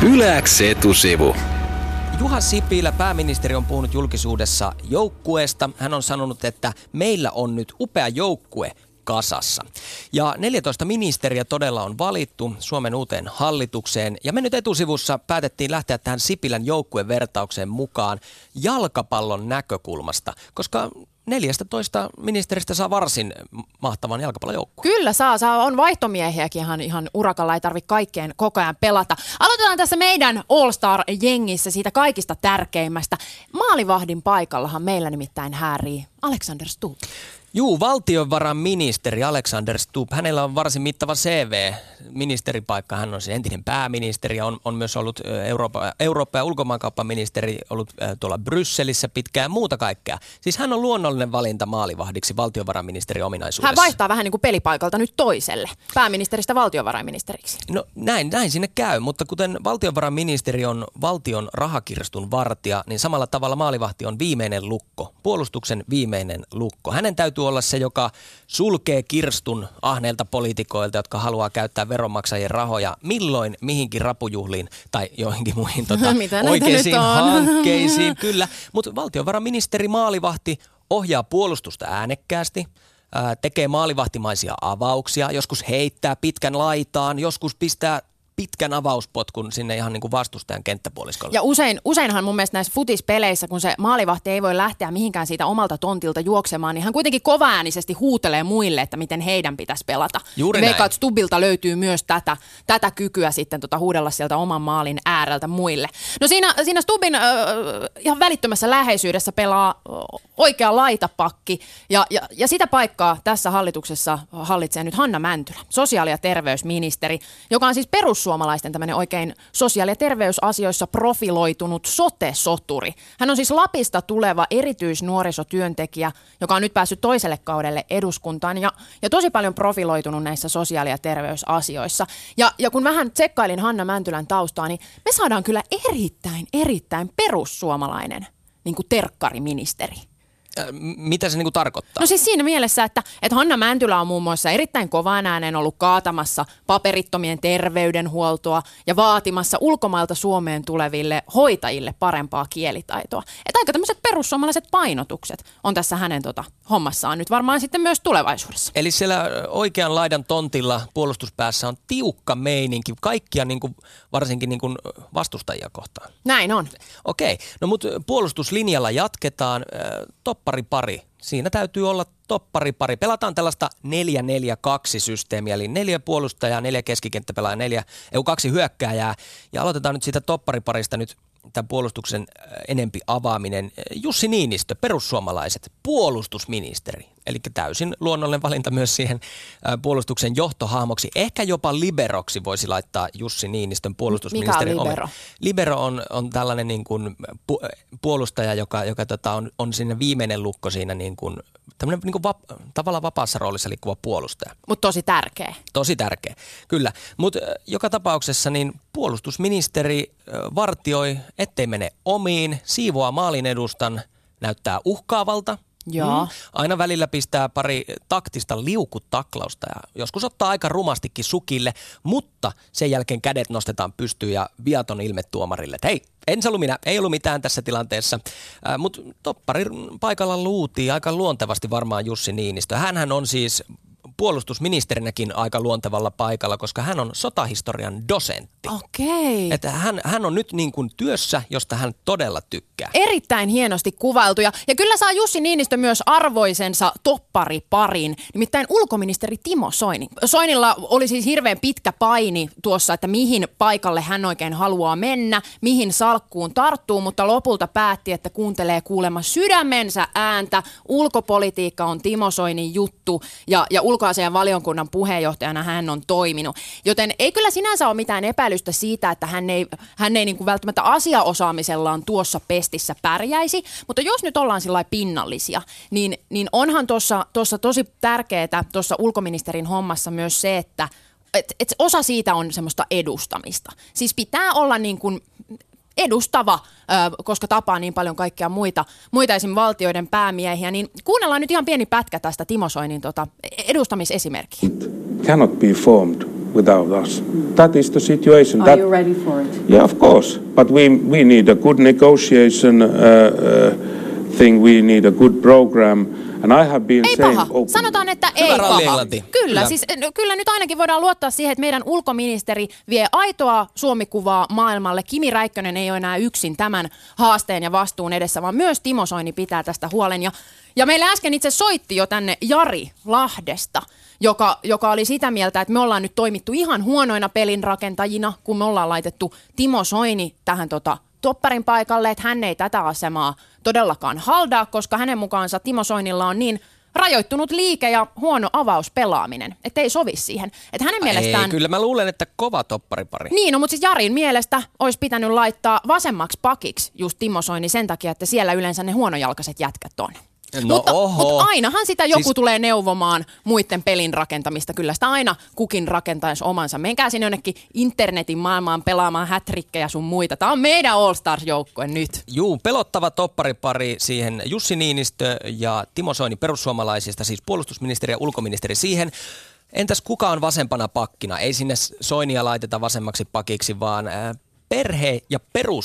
Yle X etusivu. Juha Sipilä, pääministeri, on puhunut julkisuudessa joukkueesta. Hän on sanonut, että meillä on nyt upea joukkue kasassa. Ja 14 ministeriä todella on valittu Suomen uuteen hallitukseen. Ja me nyt etusivussa päätettiin lähteä tähän Sipilän joukkuevertaukseen mukaan jalkapallon näkökulmasta, koska 14 ministeristä saa varsin mahtavan jalkapallojoukkueen. Kyllä saa. On vaihtomiehiäkin ihan urakalla, ei tarvitse kaikkeen koko ajan pelata. Aloitetaan tässä meidän All-Star-jengissä siitä kaikista tärkeimmästä. Maalivahdin paikallahan meillä nimittäin häärii Alexander Stubb. Juu, valtiovarainministeri Alexander Stubb, hänellä on varsin mittava CV, ministeripaikka, hän on siis entinen pääministeri ja on myös ollut Eurooppa- ja ulkomaankauppaministeri, ollut tuolla Brysselissä pitkään ja muuta kaikkea. Siis hän on luonnollinen valinta maalivahdiksi valtiovarainministerin ominaisuudessa. Hän vaihtaa vähän niin kuin pelipaikalta nyt toiselle, pääministeristä valtiovarainministeriksi. No näin sinne käy, mutta kuten valtiovarainministeri on valtion rahakirstun vartija, niin samalla tavalla maalivahti on viimeinen lukko, puolustuksen viimeinen lukko. Hänen täytyy olla se, joka sulkee kirstun ahneilta poliitikoilta, jotka haluaa käyttää veronmaksajien rahoja milloin mihinkin rapujuhliin tai joihinkin muihin oikeisiin hankkeisiin. Kyllä, mutta valtiovarainministeri maalivahti ohjaa puolustusta äänekkäästi, tekee maalivahtimaisia avauksia, joskus heittää pitkän laitaan, joskus pistää pitkän avauspotkun sinne ihan niin kuin vastustajan kenttäpuoliskolle. Ja useinhan mun mielestä näissä futispeleissä, kun se maalivahti ei voi lähteä mihinkään siitä omalta tontilta juoksemaan, niin hän kuitenkin kovaäänisesti huutelee muille, että miten heidän pitäisi pelata. Juuri näin. Veikkaan, että Stubbilta löytyy myös tätä kykyä sitten huudella sieltä oman maalin ääreltä muille. No siinä Stubbin ihan välittömässä läheisyydessä pelaa oikea laitapakki ja sitä paikkaa tässä hallituksessa hallitsee nyt Hanna Mäntylä, sosiaali- ja terveysministeri, joka on siis perussuomalaisten tämmöinen oikein sosiaali- ja terveysasioissa profiloitunut sote-soturi. Hän on siis Lapista tuleva erityisnuorisotyöntekijä, joka on nyt päässyt toiselle kaudelle eduskuntaan ja tosi paljon profiloitunut näissä sosiaali- ja terveysasioissa. Ja kun vähän tsekkailin Hanna Mäntylän taustaa, niin me saadaan kyllä erittäin perussuomalainen niin kuin terkkariministeri. Mitä se niin kuin tarkoittaa? No siis siinä mielessä, että Hanna Mäntylä on muun muassa erittäin kovaan ääneen ollut kaatamassa paperittomien terveydenhuoltoa ja vaatimassa ulkomailta Suomeen tuleville hoitajille parempaa kielitaitoa. Että aika tämmöiset perussuomalaiset painotukset on tässä hänen hommassaan nyt varmaan sitten myös tulevaisuudessa. Eli siellä oikean laidan tontilla puolustuspäässä on tiukka meininki, kaikkia niin kuin, varsinkin niin kuin vastustajia kohtaan. Näin on. Okei, no mutta puolustuslinjalla jatketaan. Topparipari. Siinä täytyy olla topparipari. Pelataan tällaista 4-4-2-systeemiä, eli 4 puolustajaa, 4 keskikenttäpelaajaa, 2 hyökkääjää. Ja aloitetaan nyt siitä toppariparista nyt tämän puolustuksen enempi avaaminen. Jussi Niinistö, perussuomalaiset, puolustusministeri. Eli täysin luonnollinen valinta myös siihen puolustuksen johtohahmoksi. Ehkä jopa liberoksi voisi laittaa Jussi Niinistön puolustusministerin. Mikä on libero? Libero on tällainen niin kuin puolustaja, joka on siinä viimeinen lukko siinä niin kuin, tämmöinen niin kuin tavallaan vapaassa roolissa liikkuva puolustaja. Mutta tosi tärkeä. Tosi tärkeä, kyllä. Mutta joka tapauksessa niin puolustusministeri vartioi, ettei mene omiin, siivoaa maalin edustan, näyttää uhkaavalta. Joo. Aina välillä pistää pari taktista liukutaklausta ja joskus ottaa aika rumastikin sukille, mutta sen jälkeen kädet nostetaan pystyyn ja viaton ilme tuomarille, että hei, ei ollut mitään tässä tilanteessa, mutta topparin paikalla luutii aika luontevasti varmaan Jussi Niinistö. Hänhän on siis puolustusministerinäkin aika luontevalla paikalla, koska hän on sotahistorian dosentti. Okei. Että hän on nyt niin kuin työssä, josta hän todella tykkää. Erittäin hienosti kuvailtu ja kyllä saa Jussi Niinistö myös arvoisensa toppariparin, nimittäin ulkoministeri Timo Soini. Soinilla oli siis hirveän pitkä paini tuossa, että mihin paikalle hän oikein haluaa mennä, mihin salkkuun tarttuu, mutta lopulta päätti, että kuuntelee kuulemma sydämensä ääntä. Ulkopolitiikka on Timo Soinin juttu ja ulkoasian valiokunnan puheenjohtajana hän on toiminut. Joten ei kyllä sinänsä ole mitään epäilystä siitä, että hän ei niin kuin välttämättä asiaosaamisellaan tuossa pestissä pärjäisi, mutta jos nyt ollaan sillä lailla pinnallisia, niin onhan tuossa tosi tärkeää tuossa ulkoministerin hommassa myös se, että osa siitä on semmoista edustamista. Siis pitää olla niin kuin edustava, koska tapaa niin paljon kaikkia muita esimerkiksi valtioiden päämiehiä, niin kuunnellaan nyt ihan pieni pätkä tästä Timo Soinin edustamisesimerkkiä. Cannot be formed without us. That is the situation. Are you ready for it? Yeah, of course. But we need a good negotiation thing. We need a good program. And I have been ei saying paha. open. Sanotaan, että Hyvä ei paha. ralli-englanti. Kyllä, siis kyllä nyt ainakin voidaan luottaa siihen, että meidän ulkoministeri vie aitoa Suomi-kuvaa maailmalle. Kimi Räikkönen ei ole enää yksin tämän haasteen ja vastuun edessä, vaan myös Timo Soini pitää tästä huolen. Ja meille äsken itse soitti jo tänne Jari Lahdesta, joka oli sitä mieltä, että me ollaan nyt toimittu ihan huonoina pelinrakentajina, kun me ollaan laitettu Timo Soini tähän topparin paikalle, että hän ei tätä asemaa todellakaan haldaa, koska hänen mukaansa Timo Soinilla on niin rajoittunut liike ja huono avauspelaaminen, että ei sovi siihen. Että hänen mielestään... Ei, kyllä mä luulen, että kova topparipari. Niin, no, mutta siis Jarin mielestä olisi pitänyt laittaa vasemmaksi pakiksi just Timo Soini sen takia, että siellä yleensä ne huonojalkaiset jätkät on. No, mutta oho. ainahan sitä joku tulee neuvomaan muiden pelin rakentamista. Kyllä sitä aina kukin rakentaisi omansa. Menkää sinne jonnekin internetin maailmaan pelaamaan hätrikkejä sun muita. Tämä on meidän All Stars-joukkue nyt. Juu, pelottava topparipari siihen Jussi Niinistö ja Timo Soini perussuomalaisista, siis puolustusministeri ja ulkoministeri siihen. Entäs kuka on vasempana pakkina? Ei sinne Soinia laiteta vasemmaksi pakiksi, vaan perhe- ja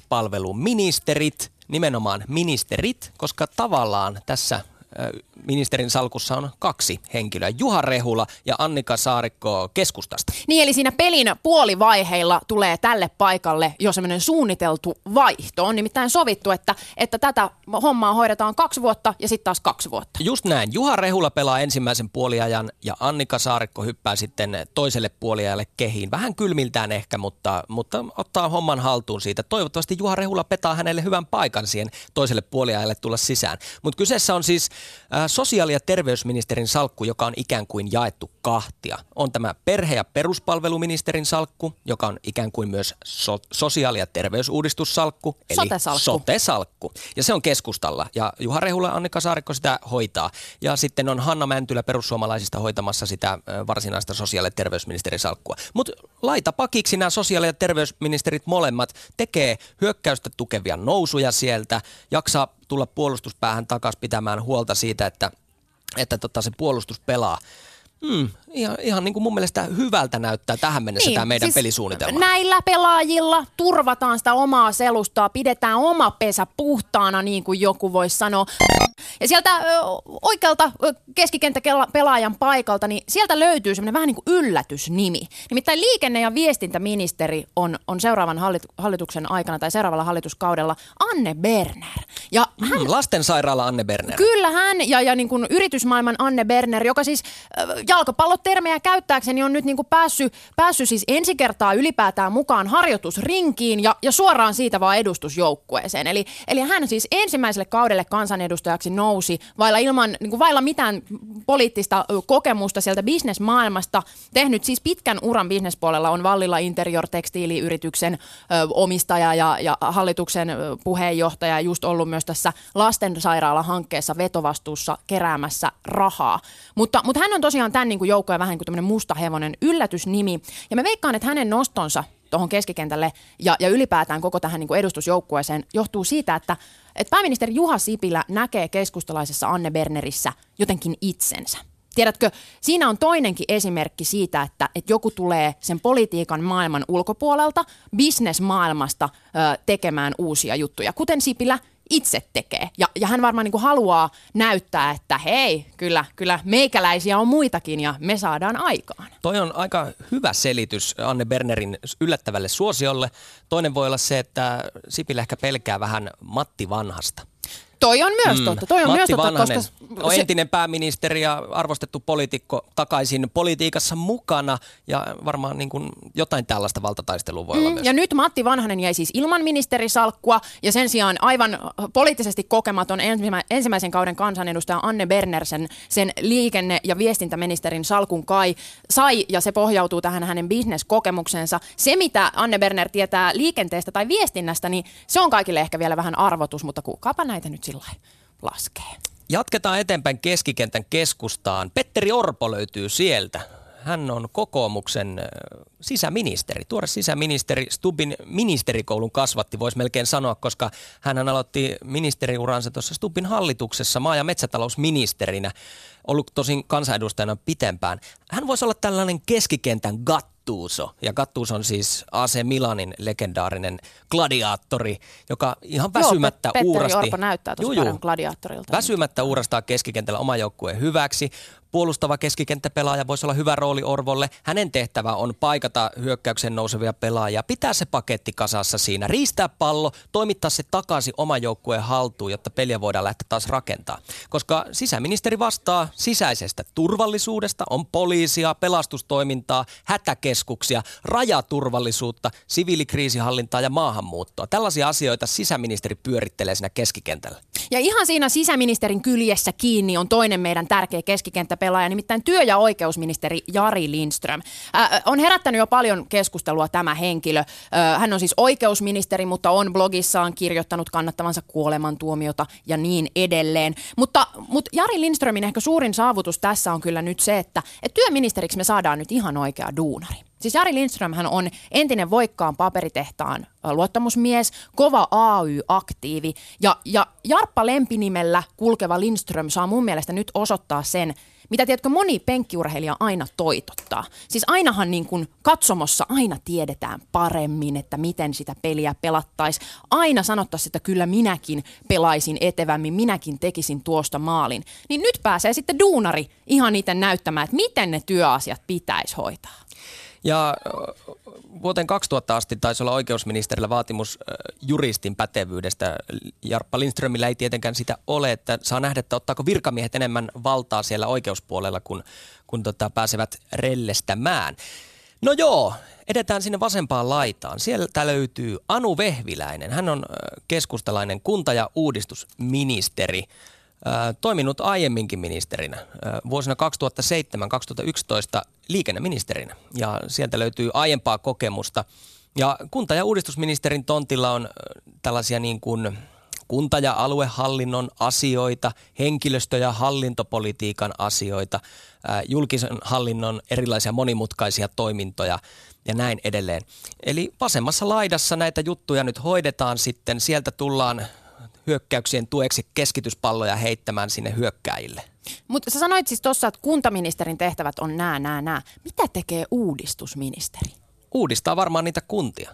peruspalveluministerit, nimenomaan ministerit, koska tavallaan tässä ministerin salkussa on kaksi henkilöä, Juha Rehula ja Annika Saarikko keskustasta. Niin, eli siinä pelin puolivaiheilla tulee tälle paikalle jo semmoinen suunniteltu vaihto. On nimittäin sovittu, että tätä hommaa hoidetaan 2 vuotta ja sitten taas 2 vuotta. Just näin. Juha Rehula pelaa ensimmäisen puoliajan ja Annika Saarikko hyppää sitten toiselle puoliajalle kehiin. Vähän kylmiltään ehkä, mutta ottaa homman haltuun siitä. Toivottavasti Juha Rehula petaa hänelle hyvän paikan siihen toiselle puoliajalle tulla sisään. Mutta kyseessä on siis sosiaali- ja terveysministerin salkku, joka on ikään kuin jaettu kahtia. On tämä perhe- ja peruspalveluministerin salkku, joka on ikään kuin myös sosiaali- ja terveysuudistussalkku, eli sote-salkku. Ja se on keskustalla. Ja Juha Rehula ja Annika Saarikko sitä hoitaa. Ja sitten on Hanna Mäntylä perussuomalaisista hoitamassa sitä varsinaista sosiaali- ja terveysministerin salkkua. Mutta laita pakiksi nämä sosiaali- ja terveysministerit molemmat, tekee hyökkäystä tukevia nousuja sieltä, jaksaa tulla puolustuspäähän takaisin pitämään huolta siitä, että se puolustus pelaa. Ihan niin kuin mun mielestä hyvältä näyttää tähän mennessä tämä meidän pelisuunnitelma. Näillä pelaajilla turvataan sitä omaa selustaa, pidetään oma pesä puhtaana, niin kuin joku voisi sanoa. Ja sieltä oikealta keskikenttäpelaajan paikalta, niin sieltä löytyy semmoinen vähän niin kuin yllätysnimi. Nimittäin liikenne- ja viestintäministeri on seuraavan hallituksen aikana tai seuraavalla hallituskaudella Anne Berner. Ja Lastensairaala Anne Berner. Kyllä hän ja niin kuin yritysmaailman Anne Berner, joka siis jalkapallotermejä käyttääkseni on nyt niin kuin päässyt siis ensi kertaa ylipäätään mukaan harjoitusrinkiin ja suoraan siitä vaan edustusjoukkueeseen. Eli hän siis ensimmäiselle kaudelle kansanedustajaksi nousi vailla mitään poliittista kokemusta sieltä bisnesmaailmasta. Tehnyt siis pitkän uran bisnespuolella, on Vallilla Interior-tekstiiliyrityksen omistaja ja hallituksen puheenjohtaja, just ollut myös tässä lastensairaala-hankkeessa vetovastuussa keräämässä rahaa. Mutta hän on tosiaan tämän niin kuin joukkojen vähän niin kuin tämmöinen mustahevonen yllätysnimi. Ja mä veikkaan, että hänen nostonsa tuohon keskikentälle ja ylipäätään koko tähän niin kuin edustusjoukkueeseen johtuu siitä, että pääministeri Juha Sipilä näkee keskustalaisessa Anne Bernerissä jotenkin itsensä. Tiedätkö, siinä on toinenkin esimerkki siitä, että joku tulee sen politiikan maailman ulkopuolelta, bisnesmaailmasta tekemään uusia juttuja, kuten Sipilä itse tekee. Ja hän varmaan niin kuin haluaa näyttää, että hei, kyllä meikäläisiä on muitakin ja me saadaan aikaan. Toi on aika hyvä selitys Anne Bernerin yllättävälle suosiolle. Toinen voi olla se, että Sipilä ehkä pelkää vähän Matti Vanhasta. Toi on myös totta. Matti Vanhanen on entinen pääministeri ja arvostettu poliitikko takaisin politiikassa mukana ja varmaan niin kuin jotain tällaista valtataistelua voi olla myös. Ja nyt Matti Vanhanen jäi siis ilman ministerisalkkua ja sen sijaan aivan poliittisesti kokematon ensimmäisen kauden kansanedustaja Anne Berner sen liikenne- ja viestintäministerin salkun sai ja se pohjautuu tähän hänen bisneskokemuksensa. Se, mitä Anne Berner tietää liikenteestä tai viestinnästä, niin se on kaikille ehkä vielä vähän arvotus, mutta kukaapa näitä nyt sillä laskee. Jatketaan eteenpäin keskikentän keskustaan. Petteri Orpo löytyy sieltä. Hän on kokoomuksen sisäministeri, tuore sisäministeri, Stubbin ministerikoulun kasvatti, voisi melkein sanoa, koska hän aloitti ministeriuransa tuossa Stubbin hallituksessa maa- ja metsätalousministerinä, ollut tosin kansanedustajana pitempään. Hän voisi olla tällainen keskikentän gattu. Gattuso. Ja Gattuso on siis AC Milanin legendaarinen gladiaattori, joka ihan väsymättä uurasti. Petteri Orpo näyttää tuossa paljon gladiaattorilta. Väsymättä uurastaa keskikentällä oma joukkueen hyväksi. Puolustava keskikenttäpelaaja voisi olla hyvä rooli Orvolle. Hänen tehtävä on paikata hyökkäyksen nousevia pelaajia, pitää se paketti kasassa siinä, riistää pallo, toimittaa se takaisin oman joukkueen haltuun, jotta peliä voidaan lähteä taas rakentaa. Koska sisäministeri vastaa sisäisestä turvallisuudesta, on poliisia, pelastustoimintaa, hätäkeskuksia, rajaturvallisuutta, siviilikriisihallintaa ja maahanmuuttoa. Tällaisia asioita sisäministeri pyörittelee siinä keskikentällä. Ja ihan siinä sisäministerin kyljessä kiinni on toinen meidän tärkeä keskikenttäpelaaja, nimittäin työ- ja oikeusministeri Jari Lindström. On herättänyt jo paljon keskustelua tämä henkilö. Hän on siis oikeusministeri, mutta on blogissaan kirjoittanut kannattavansa kuolemantuomiota ja niin edelleen. Mutta Jari Lindströmin ehkä suurin saavutus tässä on kyllä nyt se, että työministeriksi me saadaan nyt ihan oikea duunari. Siis Jari Lindström hän on entinen Voikkaan paperitehtaan luottamusmies, kova AY-aktiivi ja Jarppa lempinimellä kulkeva Lindström saa mun mielestä nyt osoittaa sen, mitä tiedätkö moni penkkiurheilija aina toitottaa. Siis ainahan niin kuin katsomossa aina tiedetään paremmin, että miten sitä peliä pelattaisiin. Aina sanottaisiin, että kyllä minäkin pelaisin etevämmin, minäkin tekisin tuosta maalin. Niin nyt pääsee sitten duunari ihan itse näyttämään, että miten ne työasiat pitäisi hoitaa. Ja vuoteen 2000 asti taisi olla oikeusministerillä vaatimus juristin pätevyydestä. Jarppa Lindströmillä ei tietenkään sitä ole, että saa nähdä, että ottaako virkamiehet enemmän valtaa siellä oikeuspuolella, kun pääsevät rellestämään. No joo, edetään sinne vasempaan laitaan. Sieltä löytyy Anu Vehviläinen. Hän on keskustalainen kunta- ja uudistusministeri. Toiminut aiemminkin ministerinä vuosina 2007-2011 liikenneministerinä ja sieltä löytyy aiempaa kokemusta. Ja kunta- ja uudistusministerin tontilla on tällaisia niin kuin kunta- ja aluehallinnon asioita, henkilöstö- ja hallintopolitiikan asioita, julkisen hallinnon erilaisia monimutkaisia toimintoja ja näin edelleen. Eli vasemmassa laidassa näitä juttuja nyt hoidetaan sitten, sieltä tullaan hyökkäyksien tueksi keskityspalloja heittämään sinne hyökkääjille. Mutta sä sanoit siis tuossa, että kuntaministerin tehtävät on nää. Mitä tekee uudistusministeri? Uudistaa varmaan niitä kuntia.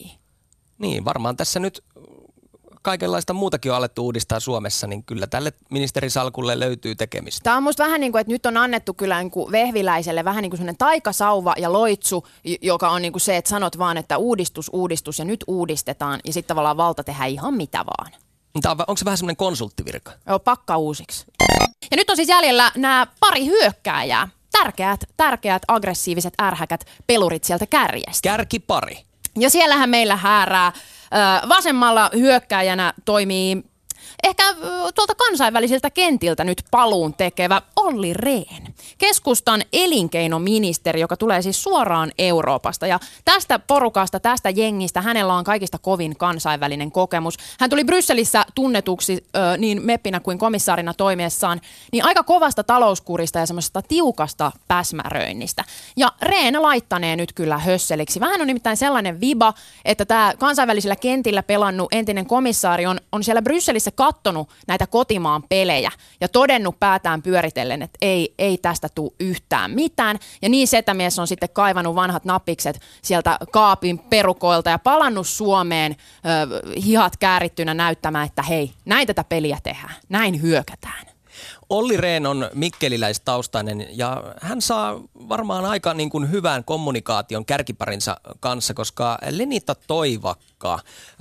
Niin, varmaan tässä nyt kaikenlaista muutakin on alettu uudistaa Suomessa, niin kyllä tälle ministerisalkulle löytyy tekemistä. Tämä on musta vähän niin kuin, että nyt on annettu kyllä niin kuin Vehviläiselle vähän niin kuin sellainen taikasauva ja loitsu, joka on niin kuin se, että sanot vaan, että uudistus ja nyt uudistetaan ja sitten tavallaan valta tehdään ihan mitä vaan. Onko se vähän semmoinen konsulttivirka? Joo, pakka uusiksi. Ja nyt on siis jäljellä nämä pari hyökkääjää. Tärkeät, aggressiiviset, ärhäkät pelurit sieltä kärjestä. Kärkipari. Ja siellähän meillä häärää vasemmalla hyökkääjänä toimii ehkä tuolta kansainvälisiltä kentiltä nyt paluun tekevä Olli Rehn. Keskustan elinkeinoministeri, joka tulee siis suoraan Euroopasta. Ja tästä porukasta, tästä jengistä, hänellä on kaikista kovin kansainvälinen kokemus. Hän tuli Brysselissä tunnetuksi niin meppinä kuin komissaarina toimiessaan niin aika kovasta talouskurista ja semmoisesta tiukasta päsmäröinnistä. Ja Rehn laittanee nyt kyllä hösseliksi. Vähän on nimittäin sellainen viba, että tämä kansainvälisillä kentillä pelannut entinen komissaari on siellä Brysselissä kattonut näitä kotimaan pelejä ja todennut päätään pyöritellen, että ei tästä tule yhtään mitään. Ja niin setämies on sitten kaivannut vanhat napikset sieltä kaapin perukoilta ja palannut Suomeen hihat käärittynä näyttämään, että hei, näin tätä peliä tehdään, näin hyökätään. Olli Rehn on mikkeliläistaustainen ja hän saa varmaan aika niin kuin hyvän kommunikaation kärkiparinsa kanssa, koska Lenita Toivakka,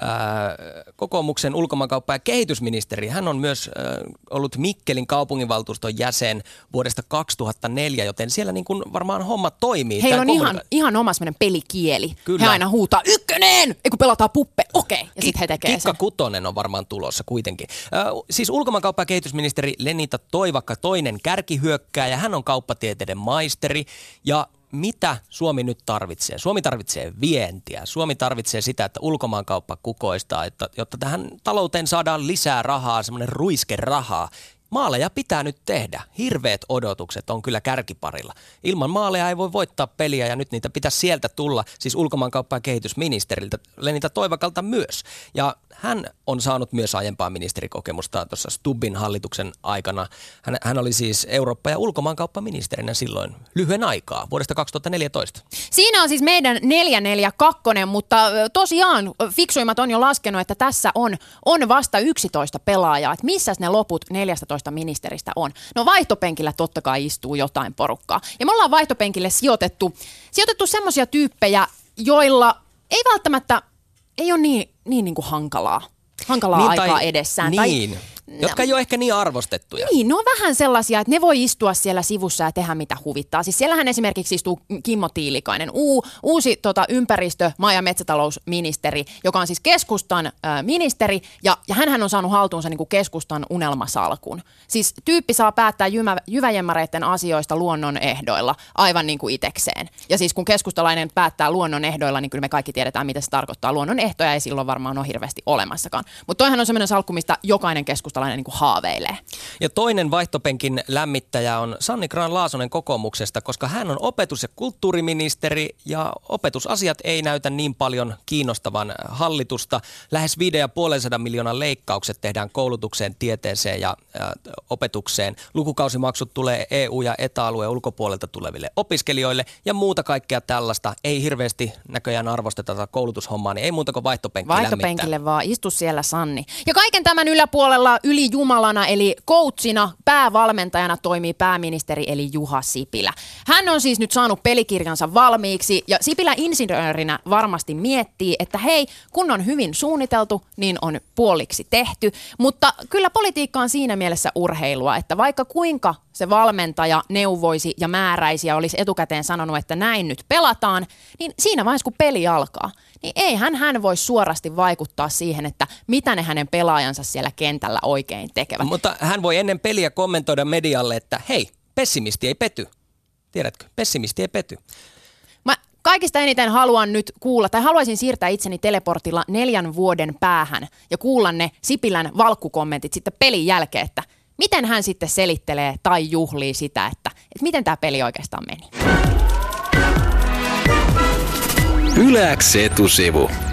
kokoomuksen ulkomaankauppa- ja kehitysministeri, hän on myös ollut Mikkelin kaupunginvaltuuston jäsen vuodesta 2004, joten siellä niin kuin varmaan homma toimii. Heillä on ihan oma semmoinen pelikieli. Kyllä. He aina huutaa ykkönen, kun pelataan puppe, okei. Ja sitten he tekee Kikka sen. Kutonen on varmaan tulossa kuitenkin. Siis ulkomaankauppa- ja kehitysministeri Lenita Toivakka, toinen kärkihyökkääjä, hän on kauppatieteiden maisteri ja mitä Suomi nyt tarvitsee? Suomi tarvitsee vientiä. Suomi tarvitsee sitä, että ulkomaankauppa kukoistaa, jotta tähän talouteen saadaan lisää rahaa, semmoinen ruiskerahaa. Maaleja pitää nyt tehdä. Hirveät odotukset on kyllä kärkiparilla. Ilman maaleja ei voi voittaa peliä ja nyt niitä pitäisi sieltä tulla, siis ulkomaankauppa- ja kehitysministeriltä, Lenita Toivakalta myös. Ja hän on saanut myös aiempaa ministerikokemusta tuossa Stubbin hallituksen aikana. Hän oli siis Eurooppa- ja ulkomaankauppaministerinä silloin lyhyen aikaa, vuodesta 2014. Siinä on siis meidän 442, mutta tosiaan fiksuimmat on jo laskenut, että tässä on vasta 11 pelaajaa. Että missäs ne loput 14 ministeristä on? No vaihtopenkillä totta kai istuu jotain porukkaa. Ja me ollaan vaihtopenkille sijoitettu semmoisia tyyppejä, joilla ei välttämättä ei ole niin kuin hankalaa niin, aikaa edessään. Niin, jotka ei ole ehkä niin arvostettuja. Niin, ne on vähän sellaisia, että ne voi istua siellä sivussa ja tehdä mitä huvittaa. Siis siellähän esimerkiksi istuu Kimmo Tiilikainen, uusi ympäristö-, maa- ja metsätalousministeri, joka on siis keskustan ministeri, ja hänhän on saanut haltuunsa niin kuin keskustan unelmasalkun. Siis tyyppi saa päättää jyväjemmareiden asioista luonnon ehdoilla, aivan niin kuin itekseen. Ja siis kun keskustalainen päättää luonnon ehdoilla, niin kyllä me kaikki tiedetään, mitä se tarkoittaa. Luonnon ehtoja ei silloin varmaan ole hirveästi olemassakaan. Mutta toihan on semmoinen salkku, mistä jokainen keskustalainen niin kuin haaveilee. Ja toinen vaihtopenkin lämmittäjä on Sanni Grahn-Laasonen kokoomuksesta, koska hän on opetus- ja kulttuuriministeri ja opetusasiat ei näytä niin paljon kiinnostavan hallitusta. Lähes 550 miljoonan leikkaukset tehdään koulutukseen, tieteeseen ja opetukseen. Lukukausimaksut tulee EU- ja ETA-alueen ulkopuolelta tuleville opiskelijoille ja muuta kaikkea tällaista. Ei hirveästi näköjään arvosteta tätä koulutushommaa, niin ei muuta kuin vaihtopenkille vaan, istu siellä Sanni. Ja kaiken tämän yläpuolella ylijumalana eli coachina, päävalmentajana toimii pääministeri eli Juha Sipilä. Hän on siis nyt saanut pelikirjansa valmiiksi ja Sipilä insinöörinä varmasti miettii, että hei, kun on hyvin suunniteltu, niin on puoliksi tehty. Mutta kyllä politiikka on siinä mielessä urheilua, että vaikka kuinka se valmentaja neuvoisi ja määräisi ja olisi etukäteen sanonut, että näin nyt pelataan, niin siinä vaiheessa kun peli alkaa, niin eihän hän voi suorasti vaikuttaa siihen, että mitä ne hänen pelaajansa siellä kentällä oikein tekevät. Mutta hän voi ennen peliä kommentoida medialle, että hei, pessimisti ei pety. Tiedätkö, pessimisti ei pety. Mä kaikista eniten haluan nyt kuulla, tai haluaisin siirtää itseni teleportilla 4 vuoden päähän ja kuulla ne Sipilän valkkukommentit sitten pelin jälkeen, että miten hän sitten selittelee tai juhlii sitä, että miten tämä peli oikeastaan meni. Yle X etusivu.